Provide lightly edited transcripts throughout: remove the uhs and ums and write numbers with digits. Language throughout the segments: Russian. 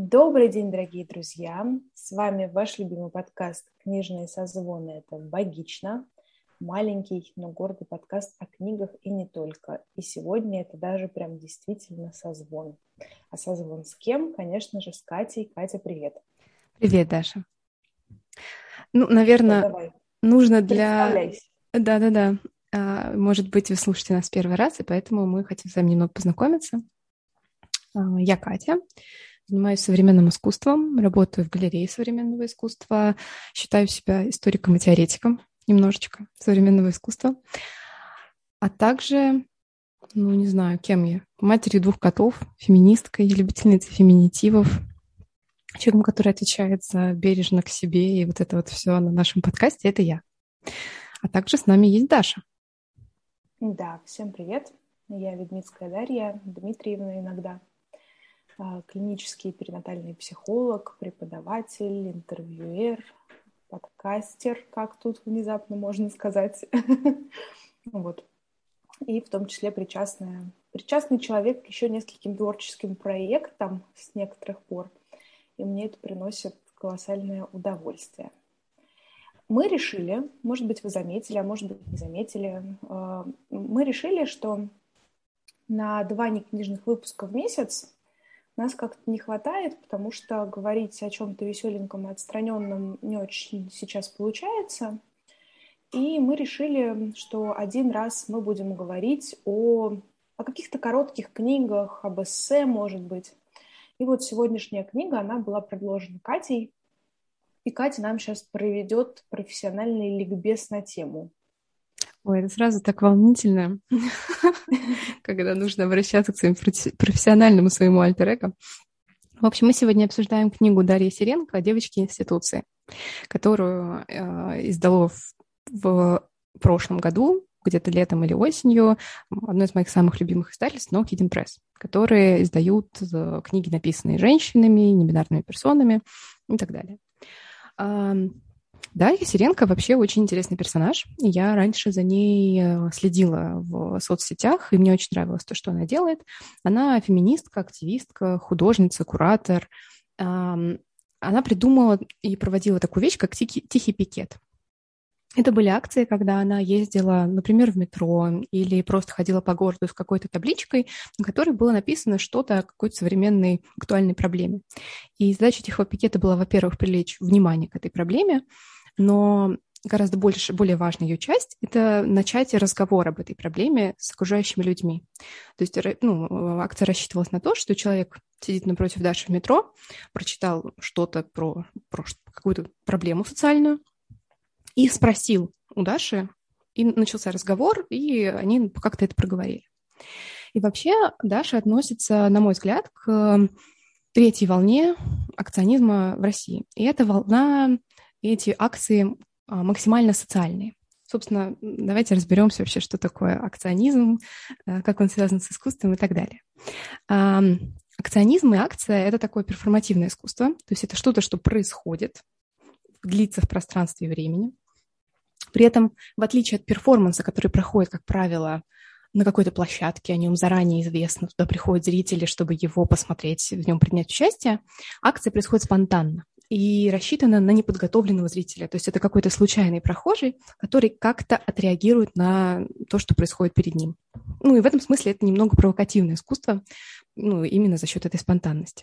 Добрый день, дорогие друзья! С вами ваш любимый подкаст «Книжные созвоны». Это «Богично», маленький, но гордый подкаст о книгах и не только. И сегодня это даже прям действительно созвон. А созвон с кем? Конечно же, с Катей. Катя, привет! Привет, Даша. Что, Наверное, давай, нужно для... представляйся. Да. Может быть, вы слушаете нас первый раз, и поэтому мы хотим с вами немного познакомиться. Я Катя, занимаюсь современным искусством, работаю в галерее современного искусства, считаю себя историком и теоретиком немножечко современного искусства. А также, не знаю, кем я? Матерью двух котов, феминисткой, любительницей феминитивов, человеком, который отвечает за бережно к себе, и вот это вот все на нашем подкасте, это я. А также с нами есть Даша. Да, всем привет. Я Ведмицкая Дарья Дмитриевна иногда. Клинический перинатальный психолог, преподаватель, интервьюер, подкастер, как тут внезапно можно сказать. Вот. И в том числе причастный человек к еще нескольким творческим проектам с некоторых пор. И мне это приносит колоссальное удовольствие. Мы решили, может быть, вы заметили, а может быть, не заметили, мы решили, что на 2 некнижных выпуска в месяц нас как-то не хватает, потому что говорить о чем-то веселеньком и отстраненном не очень сейчас получается. И мы решили, что один раз мы будем говорить о каких-то коротких книгах, об эссе, может быть. И вот сегодняшняя книга, она была предложена Катей. И Катя нам сейчас проведет профессиональный ликбез на тему. Ой, это сразу так волнительно, когда нужно обращаться к своему профессиональному своему альтер-эго. В общем, мы сегодня обсуждаем книгу Дарьи Серенко «Девочки институции», которую издало в прошлом году, где-то летом или осенью, одно из моих самых любимых издательств No Kidding Press, которые издают книги, написанные женщинами, небинарными персонами и так далее. Дарья Серенко вообще очень интересный персонаж. Я раньше за ней следила в соцсетях, и мне очень нравилось то, что она делает. Она феминистка, активистка, художница, куратор. Она придумала и проводила такую вещь, как тихий пикет. Это были акции, когда она ездила, например, в метро или просто ходила по городу с какой-то табличкой, на которой было написано что-то о какой-то современной актуальной проблеме. И задача тихого пикета была, во-первых, привлечь внимание к этой проблеме, но гораздо более важная ее часть – это начать разговор об этой проблеме с окружающими людьми. То есть акция рассчитывалась на то, что человек сидит напротив Даши в метро, прочитал что-то про какую-то проблему социальную, и спросил у Даши, и начался разговор, и они как-то это проговорили. И вообще Даша относится, на мой взгляд, к третьей волне акционизма в России. И эта волна, эти акции максимально социальные. Собственно, давайте разберемся вообще, что такое акционизм, как он связан с искусством и так далее. Акционизм и акция – это такое перформативное искусство, то есть это что-то, что происходит, длится в пространстве и времени. При этом, в отличие от перформанса, который проходит, как правило, на какой-то площадке, о нем заранее известно, туда приходят зрители, чтобы его посмотреть, в нем принять участие, акция происходит спонтанно и рассчитана на неподготовленного зрителя. То есть это какой-то случайный прохожий, который как-то отреагирует на то, что происходит перед ним. И в этом смысле это немного провокативное искусство, именно за счет этой спонтанности.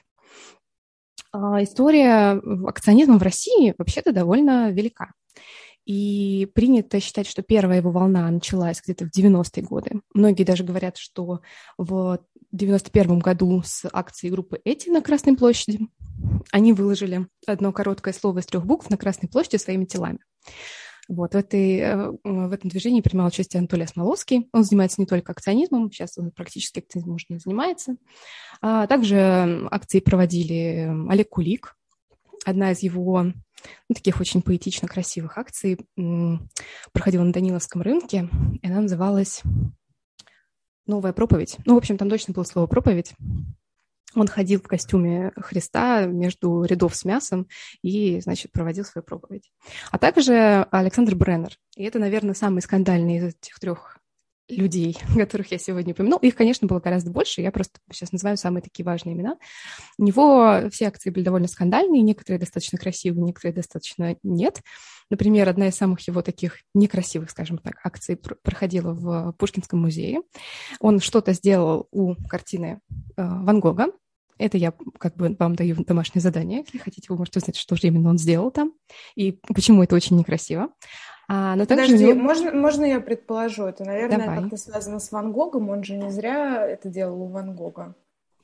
История акционизма в России вообще-то довольно велика. И принято считать, что первая его волна началась где-то в 90-е годы. Многие даже говорят, что в 91-м году с акцией группы «Эти» на Красной площади они выложили одно короткое слово из 3 букв на Красной площади своими телами. Вот, в этом движении принимал участие Анатолий Смоловский. Он занимается не только акционизмом, сейчас он практически акционизмом уже не занимается. Также акции проводили Олег Кулик. Одна из его таких очень поэтично красивых акций проходила на Даниловском рынке, и она называлась «Новая проповедь». В общем, там точно было слово «проповедь». Он ходил в костюме Христа между рядов с мясом и, проводил свою проповедь. А также Александр Бреннер. И это, наверное, самый скандальный из этих 3 людей, которых я сегодня упомянула. Их, конечно, было гораздо больше, я просто сейчас называю самые такие важные имена. У него все акции были довольно скандальные, некоторые достаточно красивые, некоторые достаточно нет. Например, одна из самых его таких некрасивых, скажем так, акций проходила в Пушкинском музее. Он что-то сделал у картины Ван Гога. Это я как бы вам даю домашнее задание. Если хотите, вы можете узнать, что же именно он сделал там и почему это очень некрасиво. Но также Подожди, него... можно я предположу? Это, наверное, Давай. как-то связано с Ван Гогом. Он же не зря это делал у Ван Гога.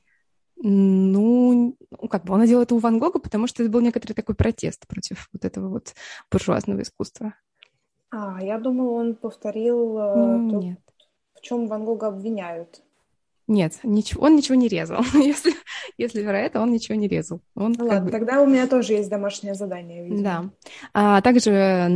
Ну, как бы он делал это у Ван Гога, потому что это был некоторый такой протест против вот этого вот буржуазного искусства. Я думала, он повторил то, Нет. в чем Ван Гога обвиняют. Нет, ничего, он ничего не резал. Если про это, он ничего не резал. Он Ну как ладно, бы... тогда у меня тоже есть домашнее задание, видимо. Да. Также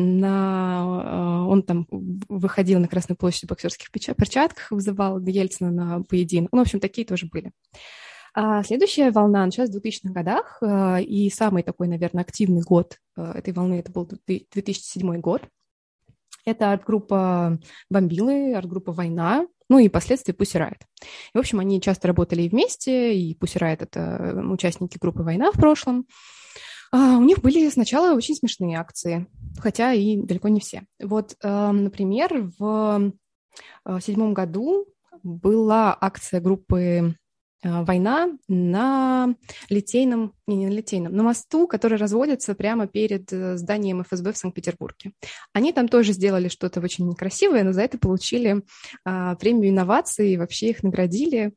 он там выходил на Красную площадь в боксерских перчатках, вызывал Ельцина на поединок. Ну, в общем, такие тоже были. Следующая волна началась в 2000-х годах, и самый такой, наверное, активный год этой волны, это был 2007 год. Это арт-группа «Бомбилы», арт-группа «Война», ну и впоследствии Pussy Riot. И, в общем, они часто работали и вместе, и Pussy Riot — это участники группы «Война» в прошлом. У них были сначала очень смешные акции, хотя и далеко не все. Вот, например, в 2007 году была акция группы «Война» на Литейном, не на Литейном, на мосту, который разводится прямо перед зданием ФСБ в Санкт-Петербурге. Они там тоже сделали что-то очень некрасивое, но за это получили премию инноваций, и вообще их наградили.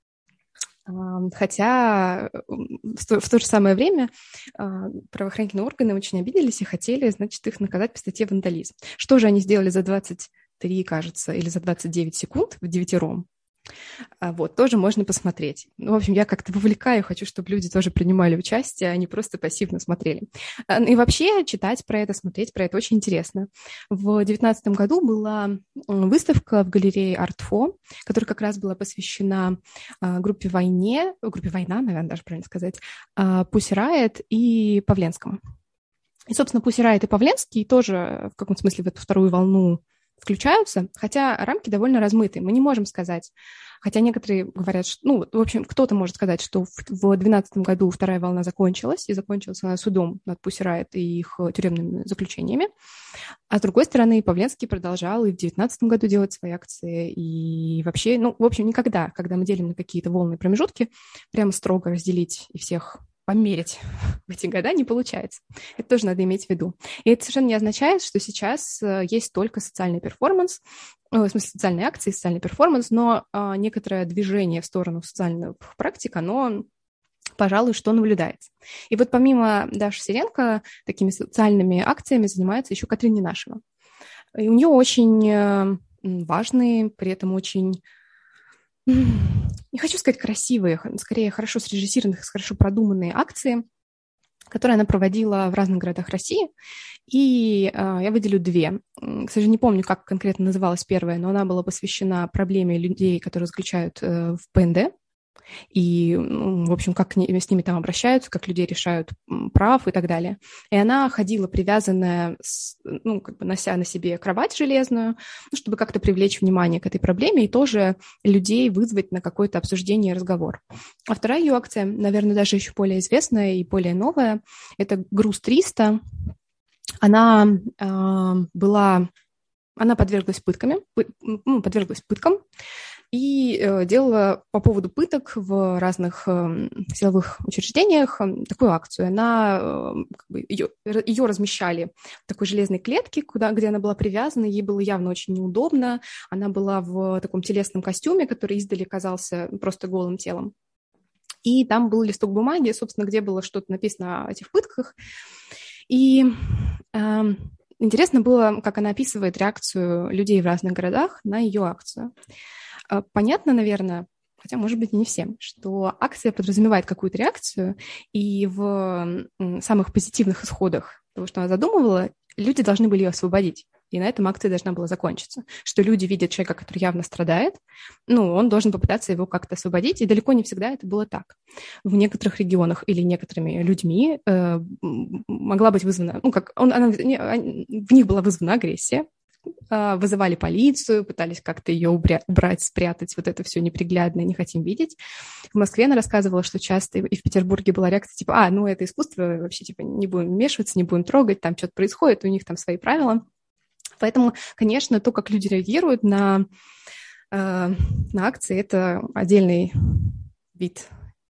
Хотя в то же самое время правоохранительные органы очень обиделись и хотели, значит, их наказать по статье «Вандализм». Что же они сделали за 23, кажется, или за 29 секунд в девятером? Вот, тоже можно посмотреть. Ну, в общем, я как-то вовлекаю, хочу, чтобы люди тоже принимали участие, а не просто пассивно смотрели. И вообще читать про это, смотреть про это очень интересно. В 2019 году была выставка в галерее Art4, которая как раз была посвящена группе «Война», наверное, даже правильно сказать, Pussy Riot и Павленскому. И, собственно, Pussy Riot и Павленский тоже в каком-то смысле в эту вторую волну включаются, хотя рамки довольно размыты. Мы не можем сказать, хотя некоторые говорят, что, ну, в общем, кто-то может сказать, что в 2012 году вторая волна закончилась, и закончилась она судом над Pussy Riot и их тюремными заключениями. А с другой стороны, Павленский продолжал и в 2019 году делать свои акции, и вообще, ну, в общем, никогда, когда мы делим на какие-то волны промежутки, прямо строго разделить и всех померить в эти года не получается. Это тоже надо иметь в виду. И это совершенно не означает, что сейчас есть только социальный перформанс, в смысле социальные акции, социальный перформанс, но некоторое движение в сторону социальных практик, оно, пожалуй, что наблюдается. И вот помимо Даши Сиренко такими социальными акциями занимается еще Катрин Ненашева. И у нее очень важные, при этом очень... не хочу сказать красивые, скорее хорошо срежиссированные, хорошо продуманные акции, которые она проводила в разных городах России. И я выделю две. К сожалению, не помню, как конкретно называлась первая, но она была посвящена проблеме людей, которые заключают в ПНД. И, в общем, как с ними там обращаются, как людей решают прав и так далее. И она ходила привязанная, как бы нося на себе кровать железную, чтобы как-то привлечь внимание к этой проблеме и тоже людей вызвать на какое-то обсуждение и разговор. А вторая ее акция, наверное, даже еще более известная и более новая, это «Груз-300». Она подверглась пыткам, и делала по поводу пыток в разных силовых учреждениях такую акцию. Ее размещали в такой железной клетке, где она была привязана, ей было явно очень неудобно. Она была в таком телесном костюме, который издали казался просто голым телом. И там был листок бумаги, собственно, где было что-то написано о этих пытках. И интересно было, как она описывает реакцию людей в разных городах на ее акцию. Понятно, наверное, хотя, может быть, и не всем, что акция подразумевает какую-то реакцию, и в самых позитивных исходах того, что она задумывала, люди должны были ее освободить. И на этом акция должна была закончиться. Что люди видят человека, который явно страдает, он должен попытаться его как-то освободить, и далеко не всегда это было так. В некоторых регионах или некоторыми людьми могла быть вызвана, в них была вызвана агрессия, вызывали полицию, пытались как-то ее убрать, спрятать, вот это все неприглядное, не хотим видеть. В Москве она рассказывала, что часто и в Петербурге была реакция типа, ну это искусство, вообще типа не будем вмешиваться, не будем трогать, там что-то происходит, у них там свои правила. Поэтому, конечно, то, как люди реагируют на акции, это отдельный вид,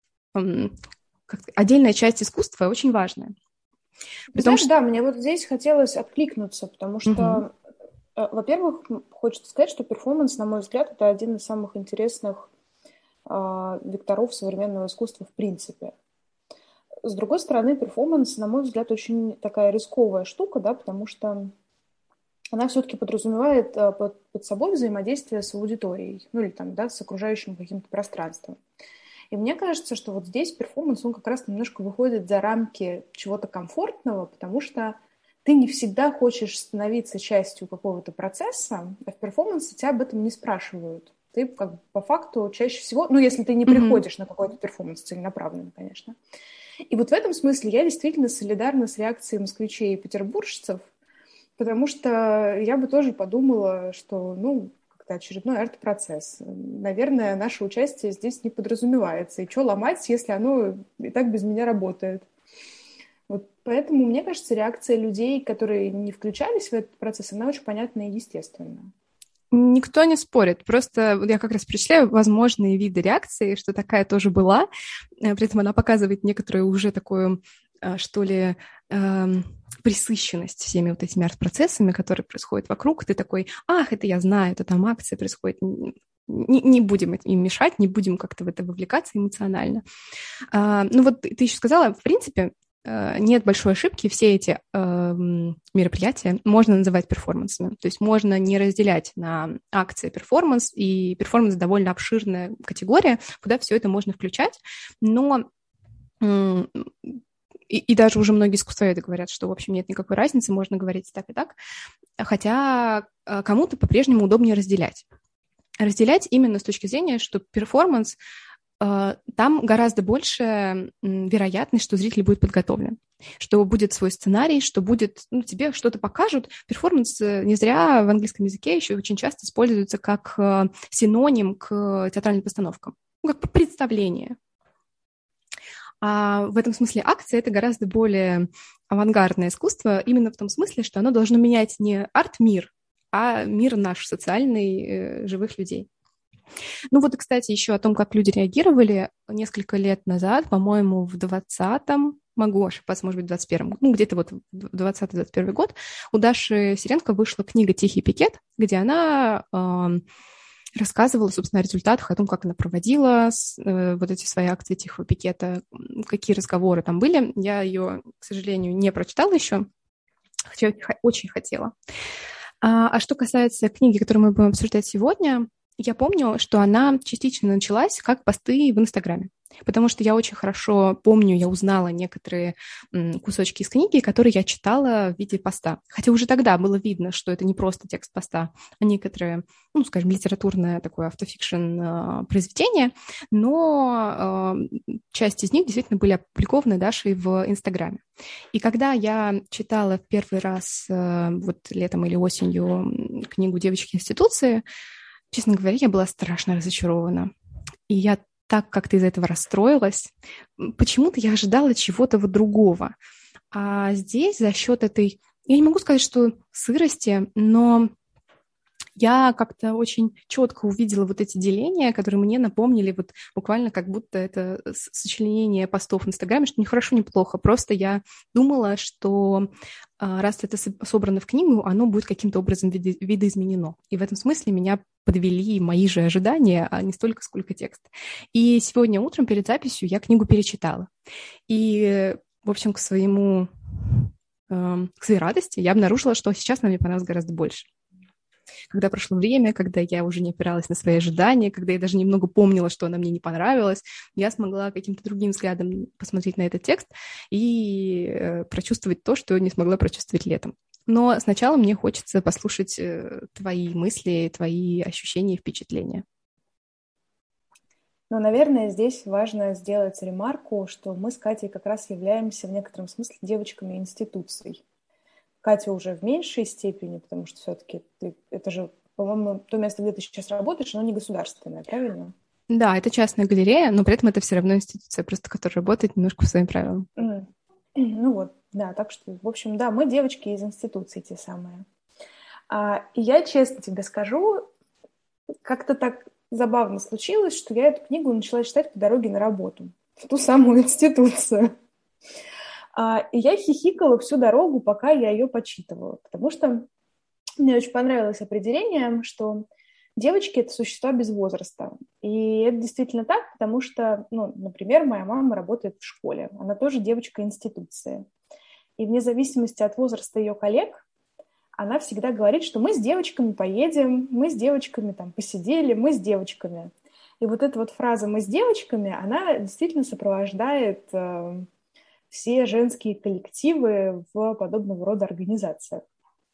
отдельная часть искусства, очень важная. Знаешь, да, мне вот здесь хотелось откликнуться, потому что, во-первых, хочется сказать, что перформанс, на мой взгляд, это один из самых интересных векторов современного искусства в принципе. С другой стороны, перформанс, на мой взгляд, очень такая рисковая штука, да, потому что она все-таки подразумевает под собой взаимодействие с аудиторией, ну или там, да, с окружающим каким-то пространством. И мне кажется, что вот здесь перформанс, он как раз немножко выходит за рамки чего-то комфортного, потому что ты не всегда хочешь становиться частью какого-то процесса, а в перформансе тебя об этом не спрашивают. Ты как бы по факту чаще всего, ну если ты не приходишь на какой-то перформанс целенаправленно, конечно. И вот в этом смысле я действительно солидарна с реакцией москвичей и петербуржцев, потому что я бы тоже подумала, что, как-то очередной арт-процесс. Наверное, наше участие здесь не подразумевается. И что ломать, если оно и так без меня работает? Вот поэтому, мне кажется, реакция людей, которые не включались в этот процесс, она очень понятна и естественна. Никто не спорит, просто я как раз перечисляю возможные виды реакции, что такая тоже была, при этом она показывает некоторую уже такую, что ли, пресыщенность всеми вот этими арт-процессами, которые происходят вокруг. Ты такой, это я знаю, это там акция происходит, не будем им мешать, не будем как-то в это вовлекаться эмоционально. Ну вот ты еще сказала, в принципе, нет большой ошибки, все эти мероприятия можно называть перформансами. То есть можно не разделять на акции перформанс, и перформанс довольно обширная категория, куда все это можно включать, но и даже уже многие искусствоведы говорят, что, в общем, нет никакой разницы, можно говорить и так, хотя кому-то по-прежнему удобнее разделять. Разделять именно с точки зрения, что перформанс там гораздо больше вероятность, что зритель будет подготовлен, что будет свой сценарий, что будет, тебе что-то покажут. Перформанс не зря в английском языке еще очень часто используется как синоним к театральным постановкам, как представление. А в этом смысле акция — это гораздо более авангардное искусство, именно в том смысле, что оно должно менять не арт-мир, а мир наш социальный, живых людей. Ну вот, и, кстати, еще о том, как люди реагировали несколько лет назад, по-моему, в 20-м, могу ошибаться, может быть, в 21-м, где-то вот в 20-21 год, у Даши Сиренко вышла книга «Тихий пикет», где она рассказывала, собственно, о результатах, о том, как она проводила вот эти свои акции тихого пикета, какие разговоры там были. Я ее, к сожалению, не прочитала еще, хотя очень хотела. А что касается книги, которую мы будем обсуждать сегодня, я помню, что она частично началась как посты в Инстаграме, потому что я очень хорошо помню, я узнала некоторые кусочки из книги, которые я читала в виде поста. Хотя уже тогда было видно, что это не просто текст поста, а некоторые, скажем, литературное такое автофикшн произведение, но часть из них действительно были опубликованы Дашей в Инстаграме. И когда я читала в первый раз вот летом или осенью книгу «Девочки институции», честно говоря, я была страшно разочарована. И я так как-то из этого расстроилась. Почему-то я ожидала чего-то вот другого. А здесь за счет этой, я не могу сказать, что сырости, но я как-то очень четко увидела вот эти деления, которые мне напомнили вот буквально как будто это сочленение постов в Инстаграме, что ни хорошо, ни плохо. Просто я думала, что раз это собрано в книгу, оно будет каким-то образом видоизменено. И в этом смысле меня подвели мои же ожидания, а не столько, сколько текст. И сегодня утром перед записью я книгу перечитала. И, в общем, к своей радости я обнаружила, что сейчас она мне понравилась гораздо больше. Когда прошло время, когда я уже не опиралась на свои ожидания, когда я даже немного помнила, что она мне не понравилась, я смогла каким-то другим взглядом посмотреть на этот текст и прочувствовать то, что не смогла прочувствовать летом. Но сначала мне хочется послушать твои мысли, твои ощущения и впечатления. Наверное, здесь важно сделать ремарку, что мы с Катей как раз являемся в некотором смысле девочками институций. Катя уже в меньшей степени, потому что все-таки это же, по-моему, то место, где ты сейчас работаешь, оно не государственное, правильно? Да, это частная галерея, но при этом это все равно институция, просто которая работает немножко по своим правилам. Ну вот, да, так что, в общем, да, мы девочки из институции те самые. И я честно тебе скажу, как-то так забавно случилось, что я эту книгу начала читать по дороге на работу, в ту самую институцию. И я хихикала всю дорогу, пока я ее почитывала, потому что мне очень понравилось определение, что девочки – это существа без возраста. И это действительно так, потому что, ну, например, моя мама работает в школе. Она тоже девочка институции. И вне зависимости от возраста ее коллег, она всегда говорит, что мы с девочками поедем, мы с девочками там посидели, мы с девочками. И вот эта вот фраза «мы с девочками», она действительно сопровождает все женские коллективы в подобного рода организациях.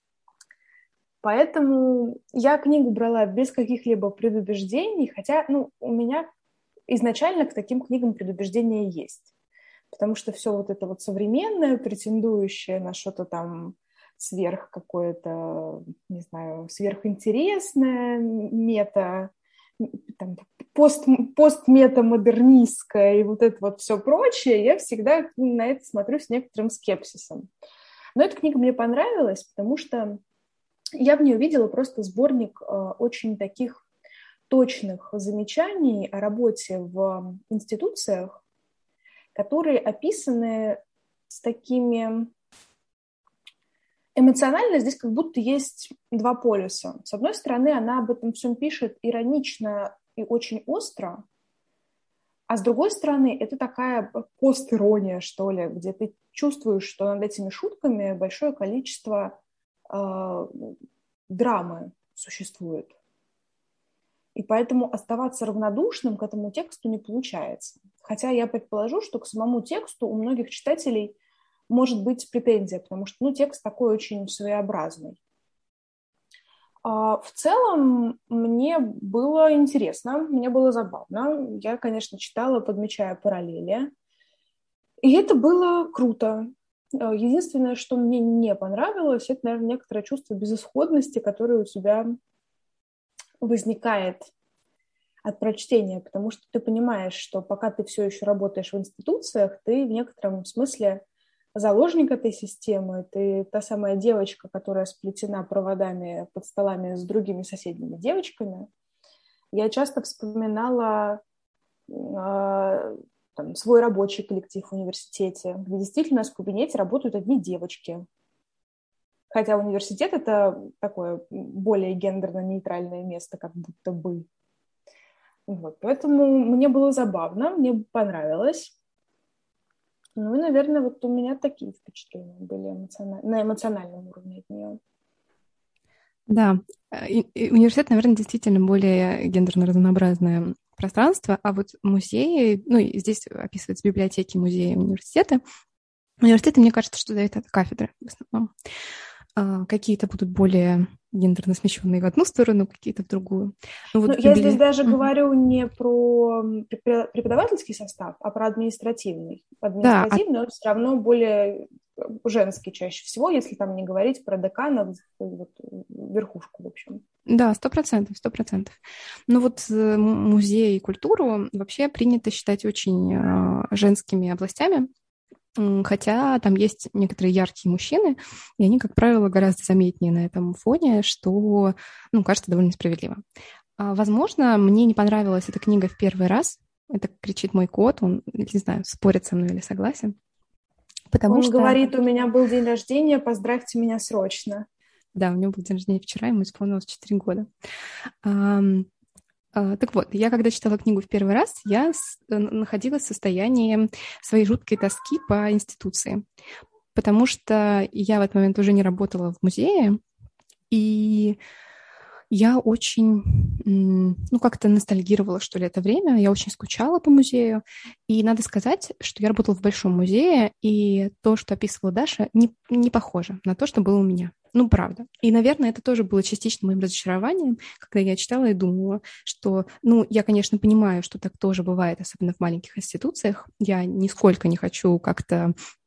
Поэтому я книгу брала без каких-либо предубеждений, хотя, ну, у меня изначально к таким книгам предубеждения есть. Потому что все вот это вот современное, претендующее на что-то там сверх какое-то, не знаю, сверхинтересное, мета, там, постметамодернистское и вот это вот все прочее, я всегда на это смотрю с некоторым скепсисом. Но эта книга мне понравилась, потому что я в ней увидела просто сборник очень таких точных замечаний о работе в институциях, которые описаны с такими... Эмоционально здесь как будто есть два полюса. С одной стороны, она об этом всем пишет иронично и очень остро, а с другой стороны, это такая пост-ирония, что ли, где ты чувствуешь, что над этими шутками большое количество драмы существует. И поэтому оставаться равнодушным к этому тексту не получается. Хотя я предположу, что к самому тексту у многих читателей может быть претензия, потому что, ну, текст такой очень своеобразный. В целом мне было интересно, мне было забавно. Я, конечно, читала, подмечая параллели. И это было круто. Единственное, что мне не понравилось, это, наверное, некоторое чувство безысходности, которое у тебя возникает от прочтения, потому что ты понимаешь, что пока ты все еще работаешь в институциях, ты в некотором смысле заложник этой системы, ты та самая девочка, которая сплетена проводами под столами с другими соседними девочками. Я часто вспоминала там, свой рабочий коллектив в университете, где действительно в кабинете работают одни девочки. Хотя университет – это такое более гендерно-нейтральное место, как будто бы. Вот. Поэтому мне было забавно, мне понравилось. Ну и, наверное, вот у меня такие впечатления были на эмоциональном уровне от нее. Да, и университет, наверное, действительно более гендерно разнообразное пространство, а вот музеи, ну и здесь описываются библиотеки, музеи, университеты. Университеты, мне кажется, что да, это кафедры в основном. Какие-то будут более гендерно смещенные в одну сторону, какие-то в другую. Ну, вот я здесь даже говорю не про преподавательский состав, а про административный. Административный, он все равно более женский чаще всего, если там не говорить про декана, вот, верхушку, в общем. Да, 100%. Ну вот музей и культуру вообще принято считать очень женскими областями, хотя там есть некоторые яркие мужчины, и они, как правило, гораздо заметнее на этом фоне, что, ну, кажется довольно несправедливо. Возможно, мне не понравилась эта книга в первый раз. Это кричит мой кот, он, не знаю, спорит со мной или согласен. Он говорит, у меня был день рождения, поздравьте меня срочно. Да, у него был день рождения вчера, ему исполнилось 4 года. Так вот, я когда читала книгу в первый раз, я находилась в состоянии своей жуткой тоски по институции, потому что я в этот момент уже не работала в музее, и я очень, ну, как-то ностальгировала, что ли, это время. Я очень скучала по музею. И надо сказать, что я работала в большом музее, и то, что описывала Даша, не похоже на то, что было у меня. Ну, правда. И, наверное, это тоже было частично моим разочарованием, когда я читала и думала, что, ну, я, конечно, понимаю, что так тоже бывает, особенно в маленьких институциях. Я нисколько не хочу как-то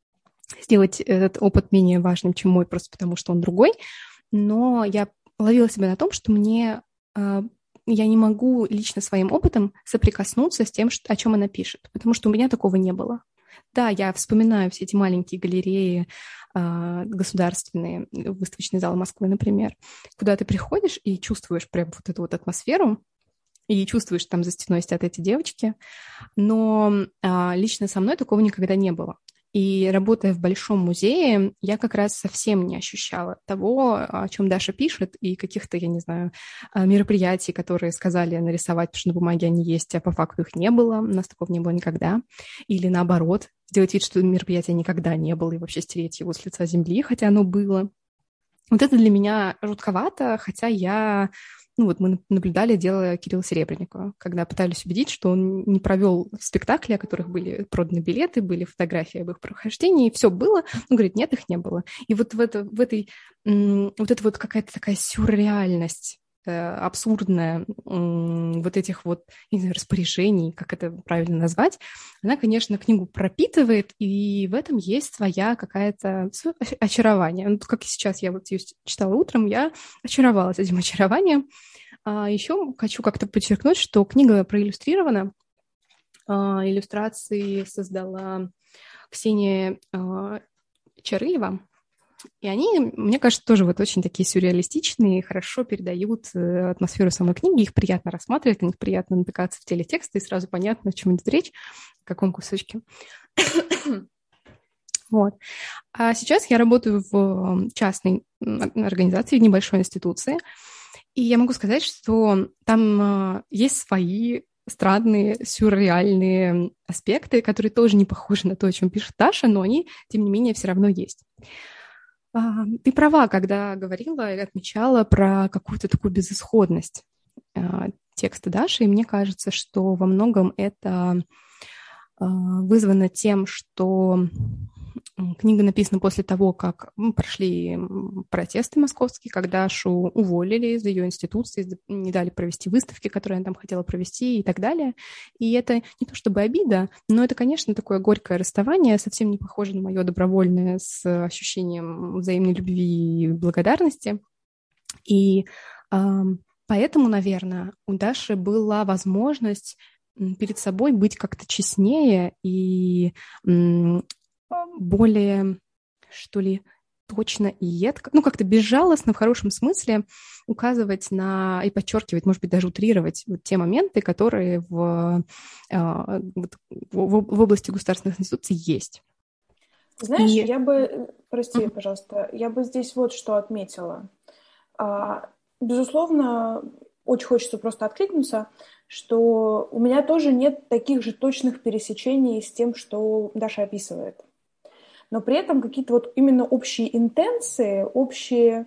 сделать этот опыт менее важным, чем мой, просто потому что он другой. Но я ловила себя на том, что я не могу лично своим опытом соприкоснуться с тем, о чем она пишет, потому что у меня такого не было. Да, я вспоминаю все эти маленькие галереи государственные, выставочные залы Москвы, например, куда ты приходишь и чувствуешь прям вот эту вот атмосферу, и чувствуешь, там за стеной сидят эти девочки, но лично со мной такого никогда не было. И работая в большом музее, я как раз совсем не ощущала того, о чем Даша пишет, и каких-то, я не знаю, мероприятий, которые сказали нарисовать, потому что на бумаге они есть, а по факту их не было. У нас такого не было никогда. Или наоборот, сделать вид, что мероприятия никогда не было, и вообще стереть его с лица земли, хотя оно было. Вот это для меня жутковато, хотя мы наблюдали дело Кирилла Серебренникова, когда пытались убедить, что он не провел спектакли, о которых были проданы билеты, были фотографии об их прохождении, и все было. Он говорит, нет, их не было. И вот вот эта вот какая-то такая сюрреальность, абсурдная вот этих вот, не знаю, распоряжений, как это правильно назвать, она, конечно, книгу пропитывает, и в этом есть своя какая-то очарование. Ну, как и сейчас я вот ее читала утром, я очаровалась этим очарованием. Еще хочу как-то подчеркнуть, что книга проиллюстрирована. Иллюстрации создала Ксения Чарыева. И они, мне кажется, тоже вот очень такие сюрреалистичные, хорошо передают атмосферу самой книги. Их приятно рассматривать, на них приятно натыкаться в теле текста, и сразу понятно, о чем идет речь, о каком кусочке. Вот. А сейчас я работаю в частной организации, в небольшой институции, и я могу сказать, что там есть свои странные, сюрреальные аспекты, которые тоже не похожи на то, о чем пишет Даша, но они, тем не менее, все равно есть. Ты права, когда говорила и отмечала про какую-то такую безысходность текста Даши, и мне кажется, что во многом это вызвано тем, что книга написана после того, как прошли протесты московские, когда Дашу уволили из ее институции, не дали провести выставки, которые она там хотела провести и так далее. И это не то чтобы обида, но это, конечно, такое горькое расставание, совсем не похоже на мое добровольное с ощущением взаимной любви и благодарности. И поэтому, наверное, у Даши была возможность перед собой быть как-то честнее и более, что ли, точно и едко, как-то безжалостно в хорошем смысле указывать на и подчеркивать, может быть, даже утрировать вот те моменты, которые в области государственных институций есть. Знаешь, я бы, прости, пожалуйста, я бы здесь вот что отметила. Безусловно, очень хочется просто откликнуться, что у меня тоже нет таких же точных пересечений с тем, что Даша описывает. Но при этом какие-то вот именно общие интенции, общие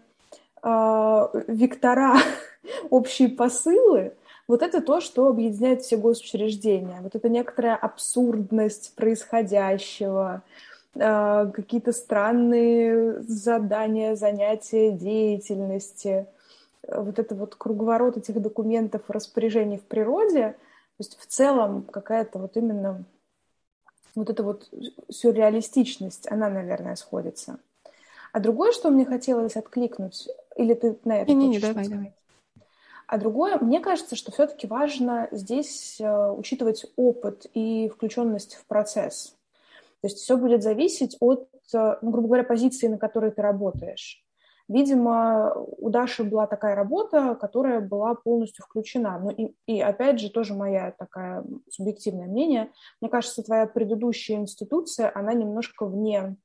вектора, общие посылы, вот это то, что объединяет все госучреждения. Вот это некоторая абсурдность происходящего, какие-то странные задания, занятия, деятельности, вот это вот круговорот этих документов, распоряжений в природе, то есть в целом какая-то вот именно вот эта вот сюрреалистичность, она, наверное, сходится. А другое, что мне хотелось откликнуть, или ты на это хочешь? Давай. А другое, мне кажется, что все-таки важно здесь учитывать опыт и включенность в процесс. То есть все будет зависеть от, грубо говоря, позиции, на которой ты работаешь. Видимо, у Даши была такая работа, которая была полностью включена. Ну и опять же, тоже моя такая субъективное мнение. Мне кажется, твоя предыдущая институция, она немножко вне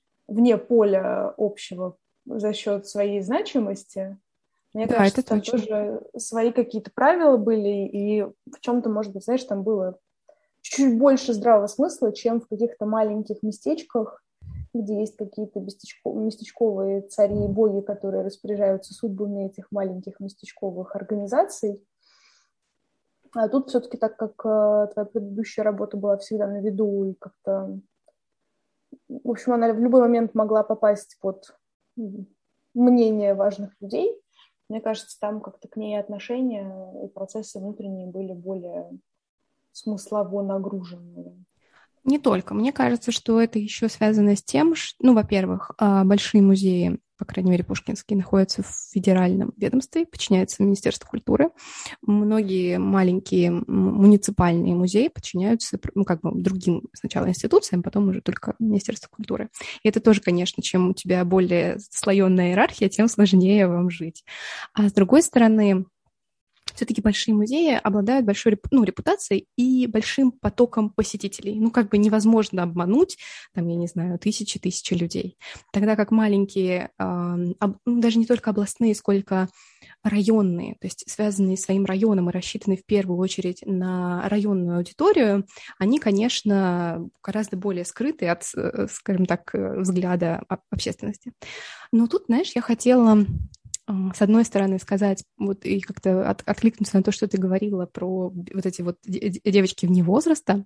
поля общего за счет своей значимости. Мне кажется, там тоже свои какие-то правила были, и в чем-то, может быть, знаешь, там было чуть больше здравого смысла, чем в каких-то маленьких местечках, где есть какие-то местечковые цари и боги, которые распоряжаются судьбами этих маленьких местечковых организаций. А тут все-таки, так как твоя предыдущая работа была всегда на виду и как-то... В общем, она в любой момент могла попасть под мнение важных людей. Мне кажется, там как-то к ней отношения и процессы внутренние были более смыслово нагруженные. Не только. Мне кажется, что это еще связано с тем, что, ну, во-первых, большие музеи, по крайней мере, пушкинские, находятся в федеральном ведомстве, подчиняются Министерству культуры. Многие маленькие муниципальные музеи подчиняются, ну, как бы другим сначала институциям, потом уже только Министерству культуры. И это тоже, конечно, чем у тебя более слоеная иерархия, тем сложнее вам жить. А с другой стороны, все-таки большие музеи обладают большой репутацией и большим потоком посетителей. Ну, как бы невозможно обмануть, там, я не знаю, тысячи людей. Тогда как маленькие, даже не только областные, сколько районные, то есть связанные с своим районом и рассчитанные в первую очередь на районную аудиторию, они, конечно, гораздо более скрыты от, скажем так, взгляда общественности. Но тут, знаешь, я хотела с одной стороны, сказать, вот и как-то откликнуться на то, что ты говорила про вот эти вот девочки вне возраста.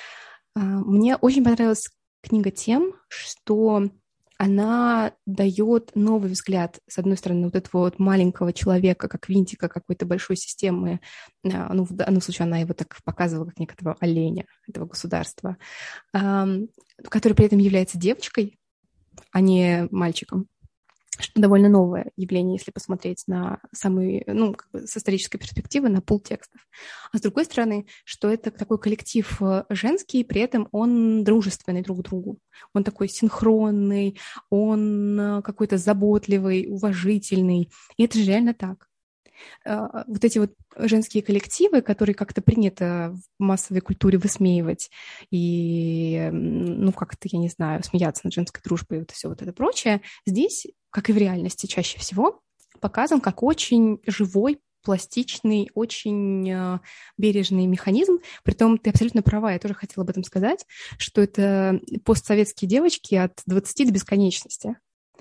Мне очень понравилась книга тем, что она дает новый взгляд, с одной стороны, вот этого вот маленького человека, как винтика какой-то большой системы, ну, в данном случае она его так показывала, как некоторого оленя этого государства, который при этом является девочкой, а не мальчиком. Что довольно новое явление, если посмотреть на самые, ну, как бы с исторической перспективы, на пул текстов. А с другой стороны, что это такой коллектив женский, при этом он дружественный друг к другу. Он такой синхронный, он какой-то заботливый, уважительный. И это же реально так. Вот эти вот женские коллективы, которые как-то принято в массовой культуре высмеивать и, ну, как-то, я не знаю, смеяться над женской дружбой и вот все вот это прочее, здесь, как и в реальности чаще всего, показан как очень живой, пластичный, очень бережный механизм. Притом ты абсолютно права, я тоже хотела об этом сказать, что это постсоветские девочки от 20 до бесконечности,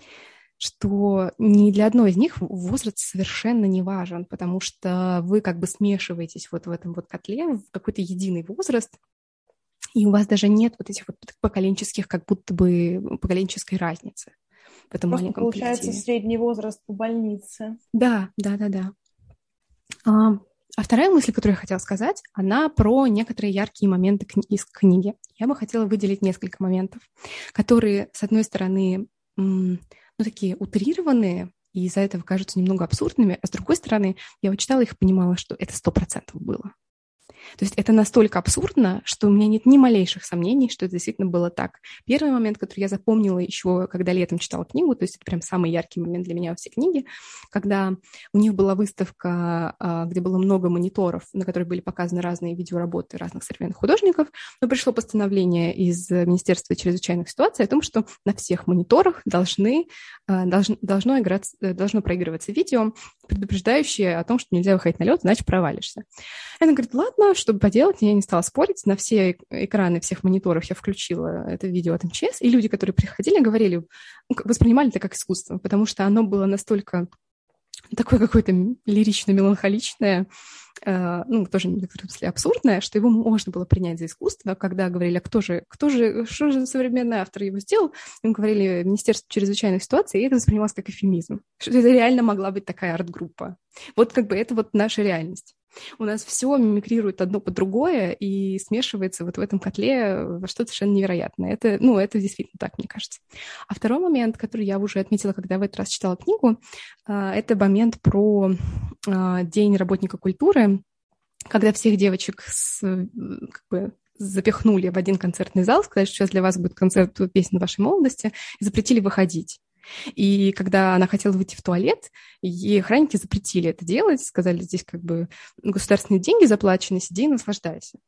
что ни для одной из них возраст совершенно не важен, потому что вы как бы смешиваетесь вот в этом вот котле в какой-то единый возраст, и у вас даже нет вот этих вот поколенческих, как будто бы поколенческой разницы в этом Просто маленьком получается коллективе. средний возраст по больнице. Да. А вторая мысль, которую я хотела сказать, она про некоторые яркие моменты из книги. Я бы хотела выделить несколько моментов, которые, с одной стороны, ну, такие утрированные, и из-за этого кажутся немного абсурдными, а с другой стороны, я вот читала их и понимала, что это 100% было. То есть это настолько абсурдно, что у меня нет ни малейших сомнений, что это действительно было так. Первый момент, который я запомнила еще, когда летом читала книгу, то есть это прям самый яркий момент для меня во всей книге, когда у них была выставка, где было много мониторов, на которых были показаны разные видеоработы разных современных художников, но пришло постановление из Министерства чрезвычайных ситуаций о том, что на всех мониторах должно проигрываться видео, предупреждающее о том, что нельзя выходить на лед, иначе провалишься. Она говорит, ладно, чтобы поделать, я не стала спорить, на все экраны всех мониторов я включила это видео от МЧС, и люди, которые приходили, говорили, воспринимали это как искусство, потому что оно было настолько такое какое-то лирично-меланхоличное, ну, тоже в некотором смысле абсурдное, что его можно было принять за искусство, когда говорили, что же современный автор его сделал, им говорили Министерство чрезвычайных ситуаций, и это воспринималось как эвфемизм, что это реально могла быть такая арт-группа. Вот как бы это вот наша реальность. У нас все мимикрирует одно под другое и смешивается вот в этом котле во что-то совершенно невероятное. Это действительно так, мне кажется. А второй момент, который я уже отметила, когда в этот раз читала книгу, это момент про День работника культуры, когда всех девочек запихнули в один концертный зал, сказали, что сейчас для вас будет концерт песен вашей молодости, и запретили выходить. И когда она хотела выйти в туалет, ей охранники запретили это делать, сказали, здесь как бы государственные деньги заплачены, сиди и наслаждайся.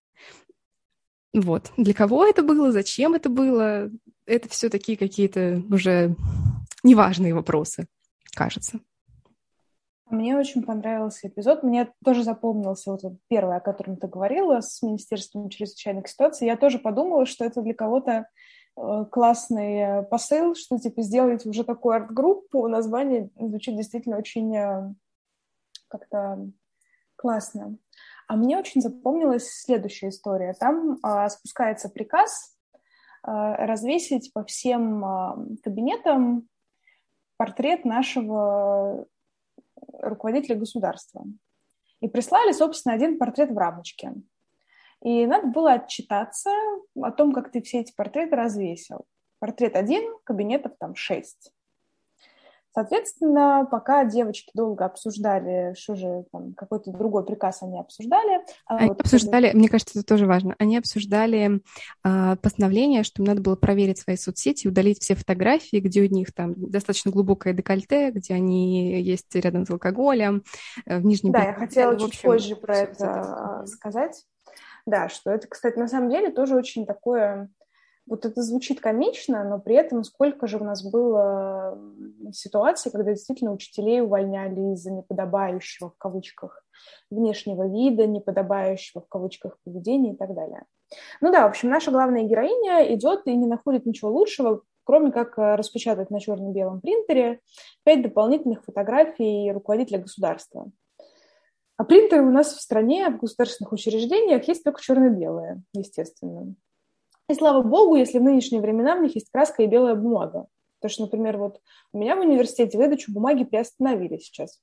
Вот. Для кого это было, зачем это было, это все такие какие-то уже неважные вопросы, кажется. Мне очень понравился эпизод. Мне тоже запомнился вот этот первый, о котором ты говорила, с Министерством чрезвычайных ситуаций. Я тоже подумала, что это для кого-то классный посыл, что типа сделайте уже такую арт-группу. Название звучит действительно очень как-то классно. А мне очень запомнилась следующая история. Там спускается приказ развесить по всем кабинетам портрет нашего руководителя государства. И прислали, собственно, один портрет в рамочке. И надо было отчитаться о том, как ты все эти портреты развесил. Портрет 1, кабинетов там 6. Соответственно, пока девочки долго обсуждали, что же там, какой-то другой приказ они обсуждали. Они обсуждали, мне кажется, это тоже важно, они обсуждали постановление, что им надо было проверить свои соцсети, удалить все фотографии, где у них там достаточно глубокое декольте, где они есть рядом с алкоголем, в нижнем белье. Да, я хотела чуть общем, позже про это сказать. Да, что это, кстати, на самом деле тоже очень такое... Вот это звучит комично, но при этом сколько же у нас было ситуаций, когда действительно учителей увольняли из-за неподобающего, в кавычках, внешнего вида, неподобающего, в кавычках, поведения и так далее. Ну да, в общем, наша главная героиня идет и не находит ничего лучшего, кроме как распечатать на черно-белом принтере 5 дополнительных фотографий руководителя государства. А принтеры у нас в стране, в государственных учреждениях есть только черно-белые, естественно. И слава богу, если в нынешние времена в них есть краска и белая бумага. Потому что, например, вот у меня в университете выдачу бумаги приостановили сейчас.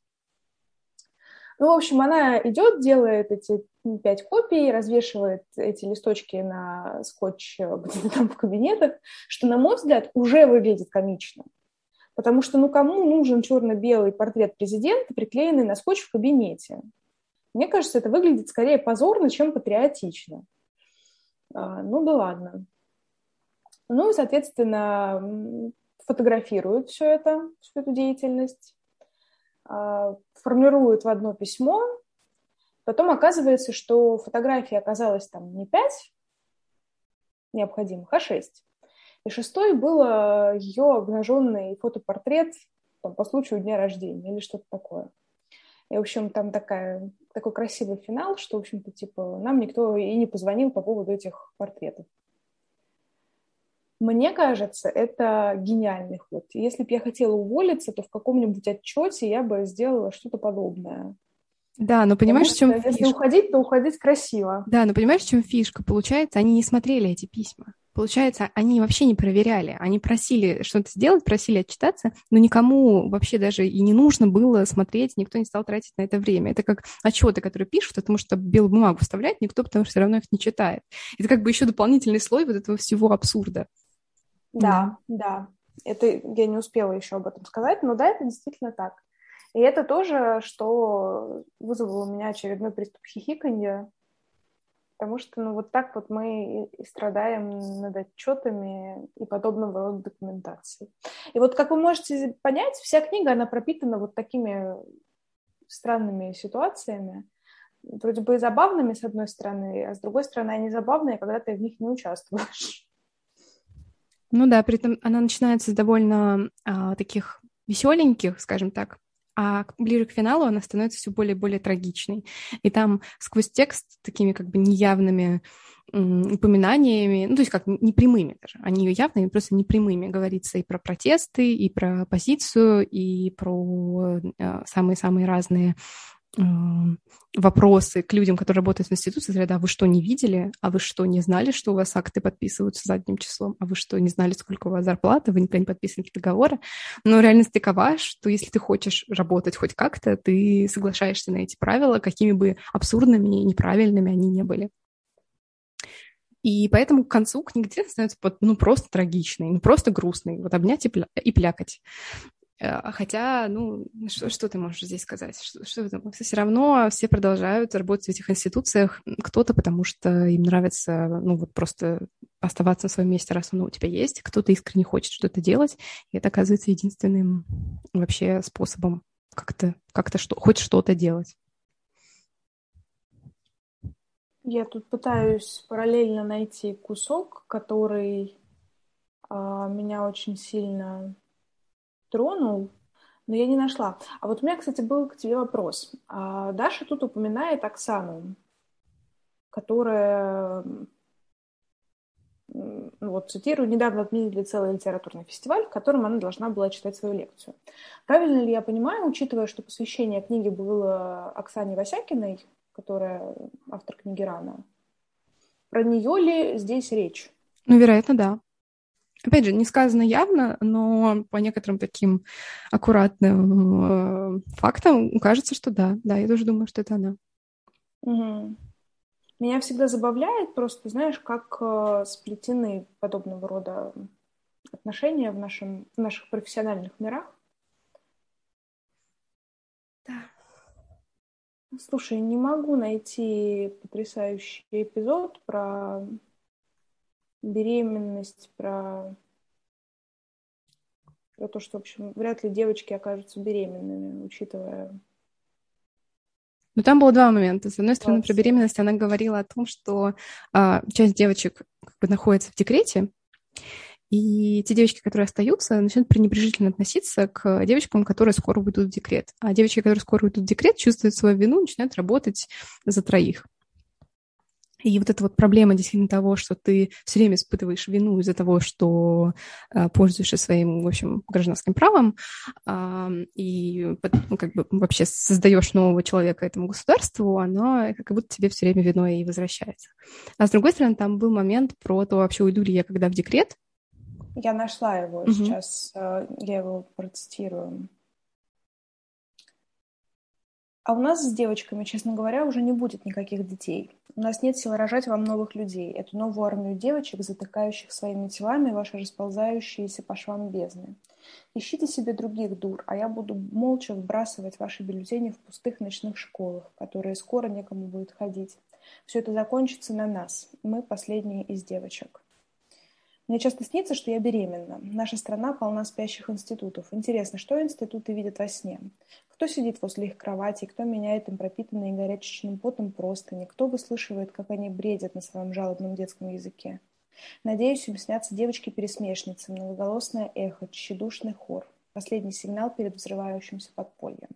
Ну, в общем, она идет, делает эти 5 копий, развешивает эти листочки на скотч где-то там в кабинетах, что, на мой взгляд, уже выглядит комично. Потому что, ну, кому нужен черно-белый портрет президента, приклеенный на скотч в кабинете? Мне кажется, это выглядит скорее позорно, чем патриотично. Ну да ладно. Ну и, соответственно, фотографируют всю эту деятельность, формируют в одно письмо. Потом оказывается, что фотографий оказалось там не 5 необходимых, а 6. И 6-й был ее обнаженный фотопортрет там, по случаю дня рождения или что-то такое. И, в общем, там такой красивый финал, что, в общем-то, типа, нам никто и не позвонил по поводу этих портретов. Мне кажется, это гениальный ход. Если бы я хотела уволиться, то в каком-нибудь отчете я бы сделала что-то подобное. Да, но понимаешь, в чем фишка? Если уходить, то уходить красиво. Да, но понимаешь, в чем фишка? Получается, они не смотрели эти письма. Получается, они вообще не проверяли. Они просили что-то сделать, просили отчитаться, но никому вообще даже и не нужно было смотреть, никто не стал тратить на это время. Это как отчеты, которые пишут, потому что белую бумагу вставлять никто, потому что все равно их не читает. Это как бы еще дополнительный слой вот этого всего абсурда. Да. Это я не успела еще об этом сказать, но да, это действительно так. И это тоже, что вызвало у меня очередной приступ хихиканья, потому что, ну, вот так вот мы и страдаем над отчетами и подобного рода документацией. И вот, как вы можете понять, вся книга, она пропитана вот такими странными ситуациями, вроде бы и забавными, с одной стороны, а с другой стороны, они забавные, когда ты в них не участвуешь. Ну да, при этом она начинается с довольно таких веселеньких, скажем так, а ближе к финалу она становится все более и более трагичной. И там сквозь текст такими как бы неявными упоминаниями, ну то есть как непрямыми даже, они явными, просто непрямыми, говорится и про протесты, и про оппозицию, и про самые-самые разные вопросы к людям, которые работают в институции, говорят, а вы что, не видели? А вы что, не знали, что у вас акты подписываются задним числом? А вы что, не знали, сколько у вас зарплата? Вы никогда не подписывали договоры? Но реальность такова, что если ты хочешь работать хоть как-то, ты соглашаешься на эти правила, какими бы абсурдными и неправильными они не были. И поэтому к концу книга становится просто трагичной, ну просто грустной. Вот обнять и плякать. Хотя, ну, что ты можешь здесь сказать? Все равно все продолжают работать в этих институциях. Кто-то, потому что им нравится, ну, вот просто оставаться на своем месте, раз оно у тебя есть. Кто-то искренне хочет что-то делать. И это оказывается единственным вообще способом как-то хоть что-то делать. Я тут пытаюсь параллельно найти кусок, который меня очень сильно тронул, но я не нашла. А вот у меня, кстати, был к тебе вопрос. Даша тут упоминает Оксану, которая, вот цитирую, недавно отменили целый литературный фестиваль, в котором она должна была читать свою лекцию. Правильно ли я понимаю, учитывая, что посвящение книги было Оксане Васякиной, которая автор книги «Рана», про нее ли здесь речь? Ну, вероятно, да. Опять же, не сказано явно, но по некоторым таким аккуратным фактам кажется, что да. Да, я тоже думаю, что это она. Угу. Меня всегда забавляет просто, знаешь, как сплетены подобного рода отношения в наших профессиональных мирах. Да. Слушай, не могу найти потрясающий эпизод про беременность, про то, что, в общем, вряд ли девочки окажутся беременными, учитывая Но там было два момента. С одной стороны, про ситуацию. беременность она говорила о том, что часть девочек как бы находится в декрете, и те девочки, которые остаются, начинают пренебрежительно относиться к девочкам, которые скоро уйдут в декрет. А девочки, которые скоро уйдут в декрет, чувствуют свою вину, начинают работать за троих. И вот эта вот проблема действительно того, что ты все время испытываешь вину из-за того, что пользуешься своим, в общем, гражданским правом, и ну, как бы вообще создаешь нового человека этому государству, оно как будто тебе все время виной и возвращается. А с другой стороны, там был момент про то, вообще уйду ли я когда в декрет. Я нашла его Мгм. сейчас, я его процитирую. А у нас с девочками, честно говоря, уже не будет никаких детей. У нас нет сил рожать вам новых людей, эту новую армию девочек, затыкающих своими телами ваши расползающиеся по швам бездны. Ищите себе других дур, а я буду молча вбрасывать ваши бюллетени в пустых ночных школах, в которые скоро некому будет ходить. Все это закончится на нас. Мы последние из девочек. Мне часто снится, что я беременна. Наша страна полна спящих институтов. Интересно, что институты видят во сне? Кто сидит возле их кровати, кто меняет им пропитанные горячечным потом простыни, кто выслушивает, как они бредят на своем жалобном детском языке. Надеюсь, им снятся девочки-пересмешницы, многоголосное эхо, тщедушный хор. Последний сигнал перед взрывающимся подпольем.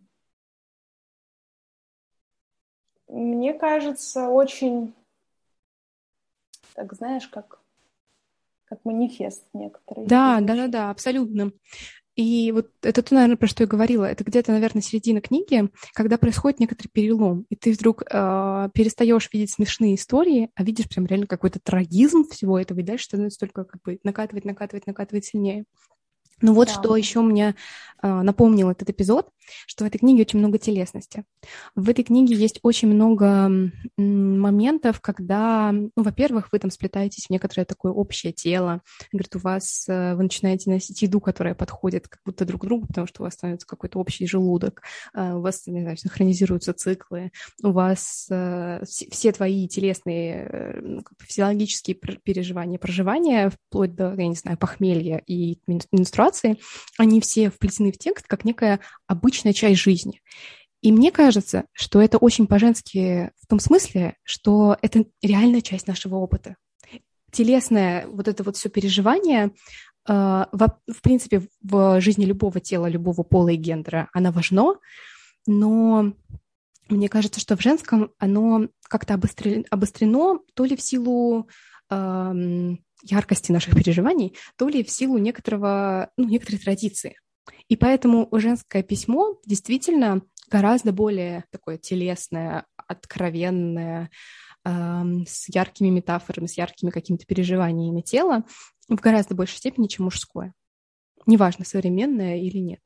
Мне кажется, очень, так знаешь, как манифест некоторый это Да, да, да, звучит. да, абсолютно. И вот это то, наверное, про что я говорила. Это где-то, наверное, середина книги, когда происходит некоторый перелом, и ты вдруг перестаешь видеть смешные истории, а видишь прям реально какой-то трагизм всего этого, и дальше становится только как бы накатывать, накатывать, накатывать сильнее. Ну вот Да. что еще мне напомнил этот эпизод, что в этой книге очень много телесности. В этой книге есть очень много моментов, когда, ну, во-первых, вы там сплетаетесь в некоторое такое общее тело. Говорит, у вас вы начинаете носить еду, которая подходит как будто друг к другу, потому что у вас становится какой-то общий желудок, у вас, не знаю, синхронизируются циклы, у вас все твои телесные физиологические переживания, проживания, вплоть до, я не знаю, похмелья и менструации, они все вплетены в текст как некая обычная часть жизни. И мне кажется, что это очень по-женски в том смысле, что это реальная часть нашего опыта. Телесное вот это вот все переживание, в принципе, в жизни любого тела, любого пола и гендера, оно важно, но мне кажется, что в женском оно как-то обострено то ли в силу яркости наших переживаний, то ли в силу некоторой традиции. И поэтому женское письмо действительно гораздо более такое телесное, откровенное, с яркими метафорами, с яркими какими-то переживаниями тела в гораздо большей степени, чем мужское. Неважно, современное или нет.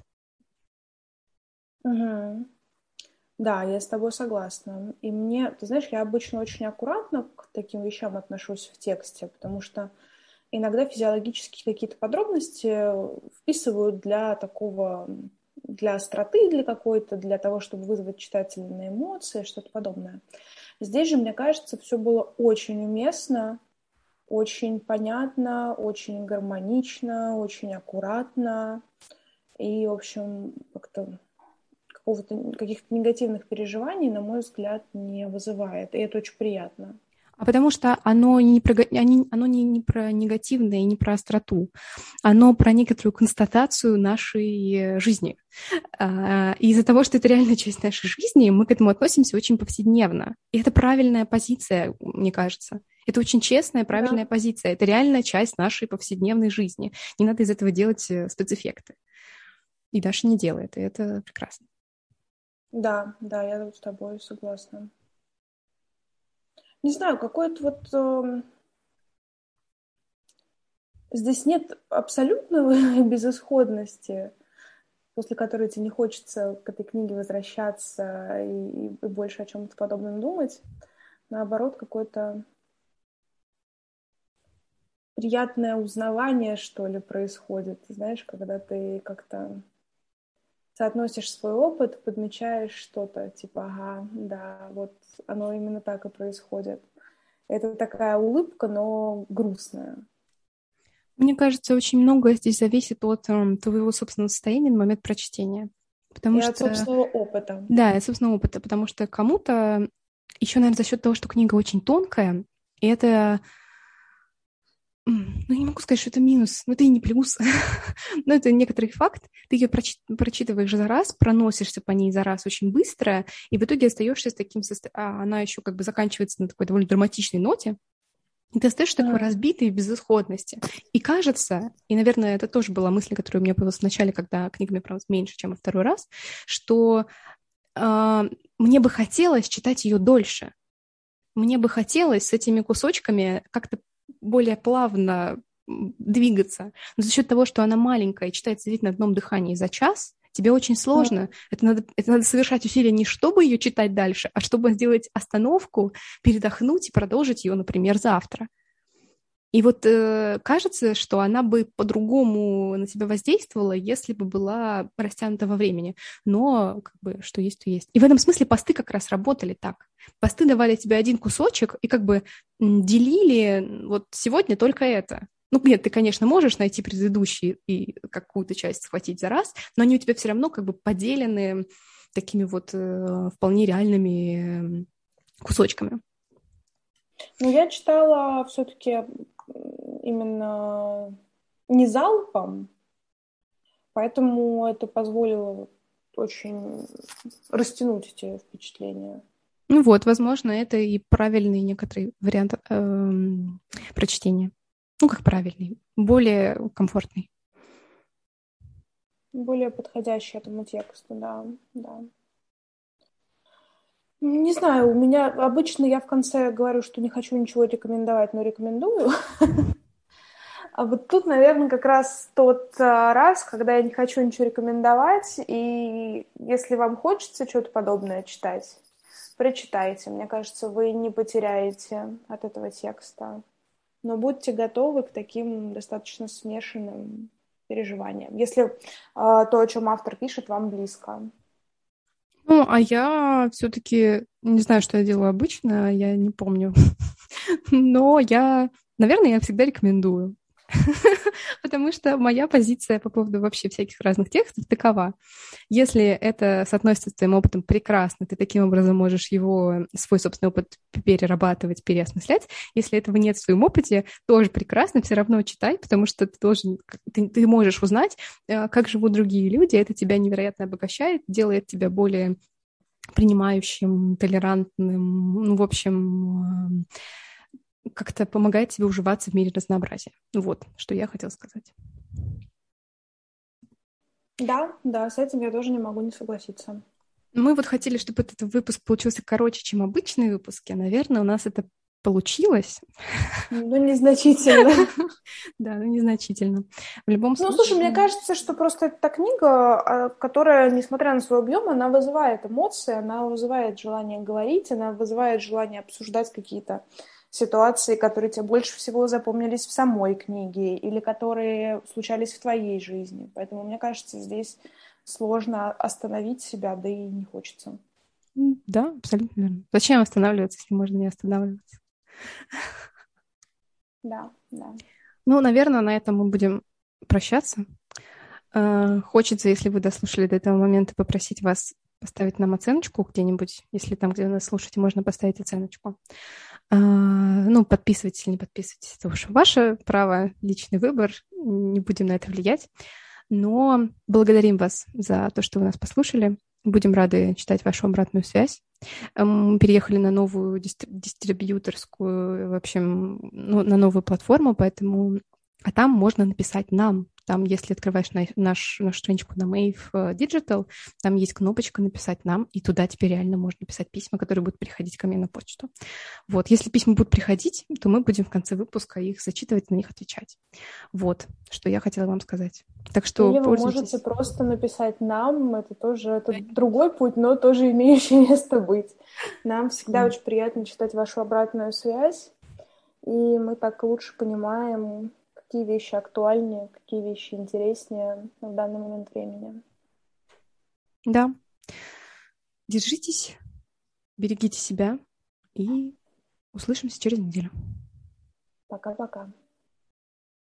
Угу. Да, я с тобой согласна. И мне, ты знаешь, я обычно очень аккуратно к таким вещам отношусь в тексте, потому что иногда физиологические какие-то подробности вписывают для такого, для остроты, для какой-то, для того, чтобы вызвать читателя на эмоции, что-то подобное. Здесь же, мне кажется, все было очень уместно, очень понятно, очень гармонично, очень аккуратно. И, в общем, как-то каких-то негативных переживаний, на мой взгляд, не вызывает. И это очень приятно. А потому что оно не про негативное и не про остроту. Оно про некоторую констатацию нашей жизни. И из-за того, что это реальная часть нашей жизни, мы к этому относимся очень повседневно. И это правильная позиция, мне кажется. Это очень честная, Да, правильная позиция. Это реальная часть нашей повседневной жизни. Не надо из этого делать спецэффекты. И Даша не делает, и это прекрасно. да, да, я тут с тобой согласна. Не знаю, какой-то вот здесь нет абсолютной безысходности, после которой тебе не хочется к этой книге возвращаться и больше о чем-то подобном думать. наоборот, какое-то приятное узнавание, что ли, происходит. Знаешь, когда ты как-то соотносишь свой опыт, подмечаешь что-то, типа, ага, да, вот оно именно так и происходит. Это такая улыбка, но грустная. Мне кажется, очень многое здесь зависит от твоего собственного состояния на момент прочтения. И Потому от что, собственного опыта. да, от собственного опыта, потому что кому-то еще, наверное, за счет того, что книга очень тонкая, и это, ну, не могу сказать, что это минус, но это и не плюс, но это некоторый факт. Ты ее прочитываешь за раз, проносишься по ней за раз очень быстро, и в итоге остаешься с таким состоянием, она еще как бы заканчивается на такой довольно драматичной ноте, и ты остаешься такой разбитый в безысходности. И кажется, и, наверное, это тоже была мысль, которая у меня появилась в начале, когда книга мне понравилась меньше, чем во второй раз, что мне бы хотелось читать ее дольше. Мне бы хотелось с этими кусочками как-то более плавно двигаться. Но за счет того, что она маленькая и читается действительно на одном дыхании за час, тебе очень сложно. Это надо совершать усилия не чтобы ее читать дальше, а чтобы сделать остановку, передохнуть и продолжить ее, например, завтра. И вот кажется, что она бы по-другому на тебя воздействовала, если бы была растянута во времени. Но как бы что есть, то есть. И в этом смысле посты как раз работали так. Посты давали тебе один кусочек и как бы делили вот сегодня только это. Ну, нет, ты, конечно, можешь найти предыдущие и какую-то часть схватить за раз, но они у тебя все равно как бы поделены такими вот вполне реальными кусочками. Но я читала все-таки именно не залпом, поэтому это позволило очень растянуть эти впечатления. Ну вот, возможно, это и правильный некоторый вариант прочтения. Ну, как правильный, более комфортный. Более подходящий этому тексту, да, да. Не знаю, у меня обычно я в конце говорю, что не хочу ничего рекомендовать, но рекомендую. А вот тут, наверное, как раз тот раз, когда я не хочу ничего рекомендовать, и если вам хочется что-то подобное читать, прочитайте. Мне кажется, вы не потеряете от этого текста. Но будьте готовы к таким достаточно смешанным переживаниям, если то, о чем автор пишет, вам близко. Ну, а я все-таки не знаю, что я делаю обычно, я не помню. Но наверное, я всегда рекомендую. Потому что моя позиция по поводу вообще всяких разных текстов такова. Если это соотносится с твоим опытом, прекрасно, ты таким образом можешь свой собственный опыт перерабатывать, переосмыслять. Если этого нет в своем опыте, тоже прекрасно, все равно читай, потому что ты можешь узнать, как живут другие люди, это тебя невероятно обогащает, делает тебя более принимающим, толерантным, ну, в общем, как-то помогает тебе уживаться в мире разнообразия. Вот, что я хотела сказать. Да, да, с этим я тоже не могу не согласиться. Мы вот хотели, чтобы этот выпуск получился короче, чем обычные выпуски. Наверное, у нас это получилось. Ну, незначительно. Да, ну незначительно. В любом случае... Ну, слушай, мне кажется, что просто это та книга, которая, несмотря на свой объем, она вызывает эмоции, она вызывает желание говорить, она вызывает желание обсуждать какие-то ситуации, которые тебе больше всего запомнились в самой книге или которые случались в твоей жизни. Поэтому, мне кажется, здесь сложно остановить себя, да и не хочется. Да, абсолютно верно. Зачем останавливаться, если можно не останавливаться? Да, да. Ну, наверное, на этом мы будем прощаться. Хочется, если вы дослушали до этого момента, попросить вас поставить нам оценочку где-нибудь. Если там, где вы нас слушаете, можно поставить оценочку. Ну, подписывайтесь или не подписывайтесь. Это уж ваше право, личный выбор. Не будем на это влиять. Но благодарим вас за то, что вы нас послушали. Будем рады читать вашу обратную связь. Мы переехали на новую дистрибьюторскую, в общем, ну, на новую платформу, поэтому... А там можно написать нам Там, если открываешь нашу страничку на Mave Digital, там есть кнопочка «Написать нам», и туда теперь реально можно писать письма, которые будут приходить ко мне на почту. Вот, если письма будут приходить, то мы будем в конце выпуска их зачитывать, на них отвечать. Вот, что я хотела вам сказать. Так что Или вы пользуйтесь. можете просто написать нам, это тоже это другой путь, но тоже имеющий место быть. Нам всегда очень приятно читать вашу обратную связь, и мы так лучше понимаем, какие вещи актуальнее, какие вещи интереснее в данный момент времени. Да. Держитесь, берегите себя и услышимся через неделю. Пока-пока.